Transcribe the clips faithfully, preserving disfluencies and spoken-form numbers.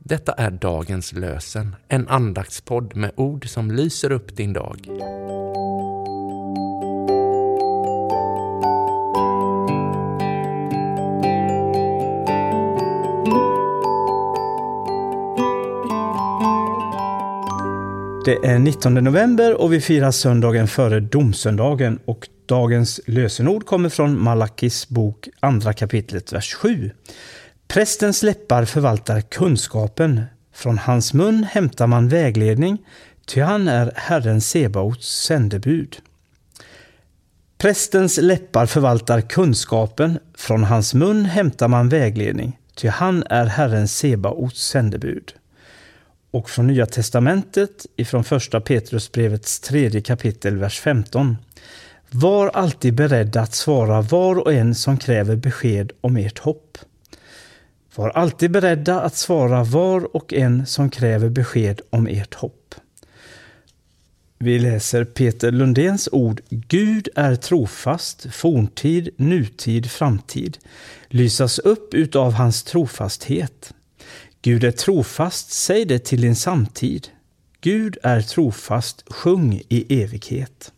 Detta är dagens lösen, en andaktspodd med ord som lyser upp din dag. Det är nittonde november och vi firar söndagen före domsöndagen, och dagens lösenord kommer från Malakis bok, andra kapitlet, vers sju. Prästens läppar förvaltar kunskapen, från hans mun hämtar man vägledning, ty han är Herren Sebaots sändebud. Prästens läppar förvaltar kunskapen, från hans mun hämtar man vägledning, ty han är Herren Sebaots sändebud. Och från Nya testamentet, ifrån första Petrusbrevets tredje kapitel, vers femton. Var alltid beredda att svara var och en som kräver besked om ert hopp. Var alltid beredda att svara var och en som kräver besked om ert hopp. Vi läser Peter Lundéns ord: Gud är trofast, forntid, nutid, framtid. Lysas upp utav hans trofasthet. Gud är trofast, säg det till din samtid. Gud är trofast, sjung i evighet.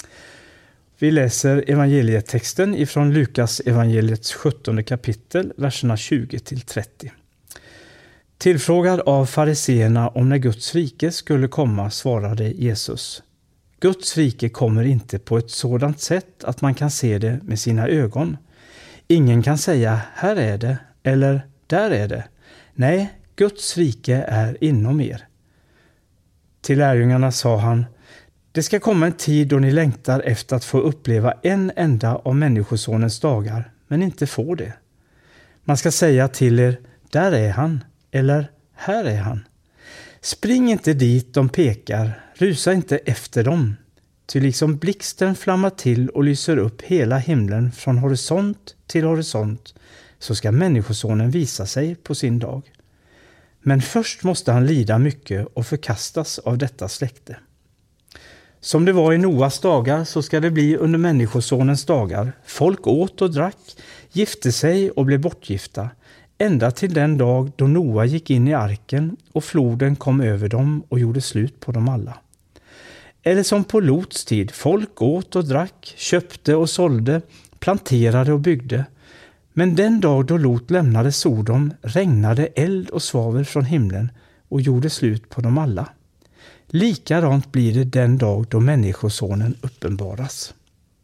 Vi läser evangelietexten ifrån Lukas evangeliets sjuttonde kapitel, verserna tjugo till trettio. Tillfrågad av fariseerna om när Guds rike skulle komma, svarade Jesus: Guds rike kommer inte på ett sådant sätt att man kan se det med sina ögon. Ingen kan säga, här är det, eller där är det. Nej, Guds rike är inom er. Till lärjungarna sa han: Det ska komma en tid då ni längtar efter att få uppleva en enda av människosonens dagar, men inte får det. Man ska säga till er, där är han, eller här är han. Spring inte dit de pekar, rusa inte efter dem. Ty liksom blixten flammar till och lyser upp hela himlen från horisont till horisont, så ska människosonen visa sig på sin dag. Men först måste han lida mycket och förkastas av detta släkte. Som det var i Noas dagar, så ska det bli under människosonens dagar. Folk åt och drack, gifte sig och blev bortgifta, ända till den dag då Noa gick in i arken och floden kom över dem och gjorde slut på dem alla. Eller som på Lots tid, folk åt och drack, köpte och sålde, planterade och byggde. Men den dag då Lot lämnade Sodom regnade eld och svavel från himlen och gjorde slut på dem alla. Likadant blir det den dag då människosonen uppenbaras.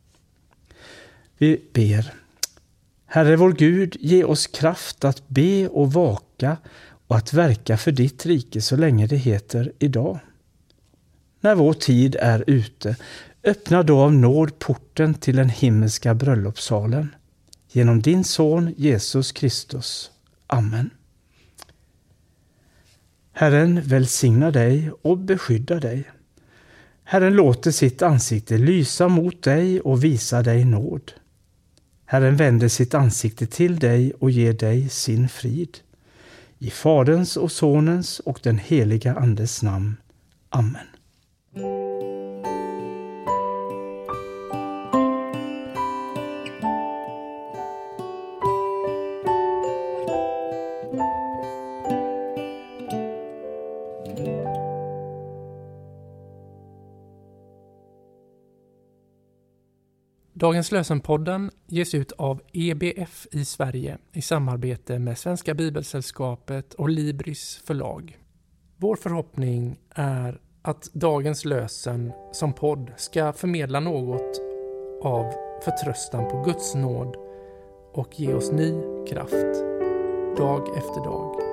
Vi ber. Herre vår Gud, ge oss kraft att be och vaka och att verka för ditt rike så länge det heter idag. När vår tid är ute, öppna då av nåd porten till den himmelska bröllopssalen. Genom din son Jesus Kristus. Amen. Herren välsigna dig och beskydda dig. Herren låter sitt ansikte lysa mot dig och visa dig nåd. Herren vänder sitt ansikte till dig och ger dig sin frid. I Faderns och Sonens och den heliga Andes namn. Amen. Dagens lösenpodden ges ut av E B F i Sverige i samarbete med Svenska Bibelsällskapet och Libris förlag. Vår förhoppning är att dagens lösen som podd ska förmedla något av förtröstan på Guds nåd och ge oss ny kraft dag efter dag.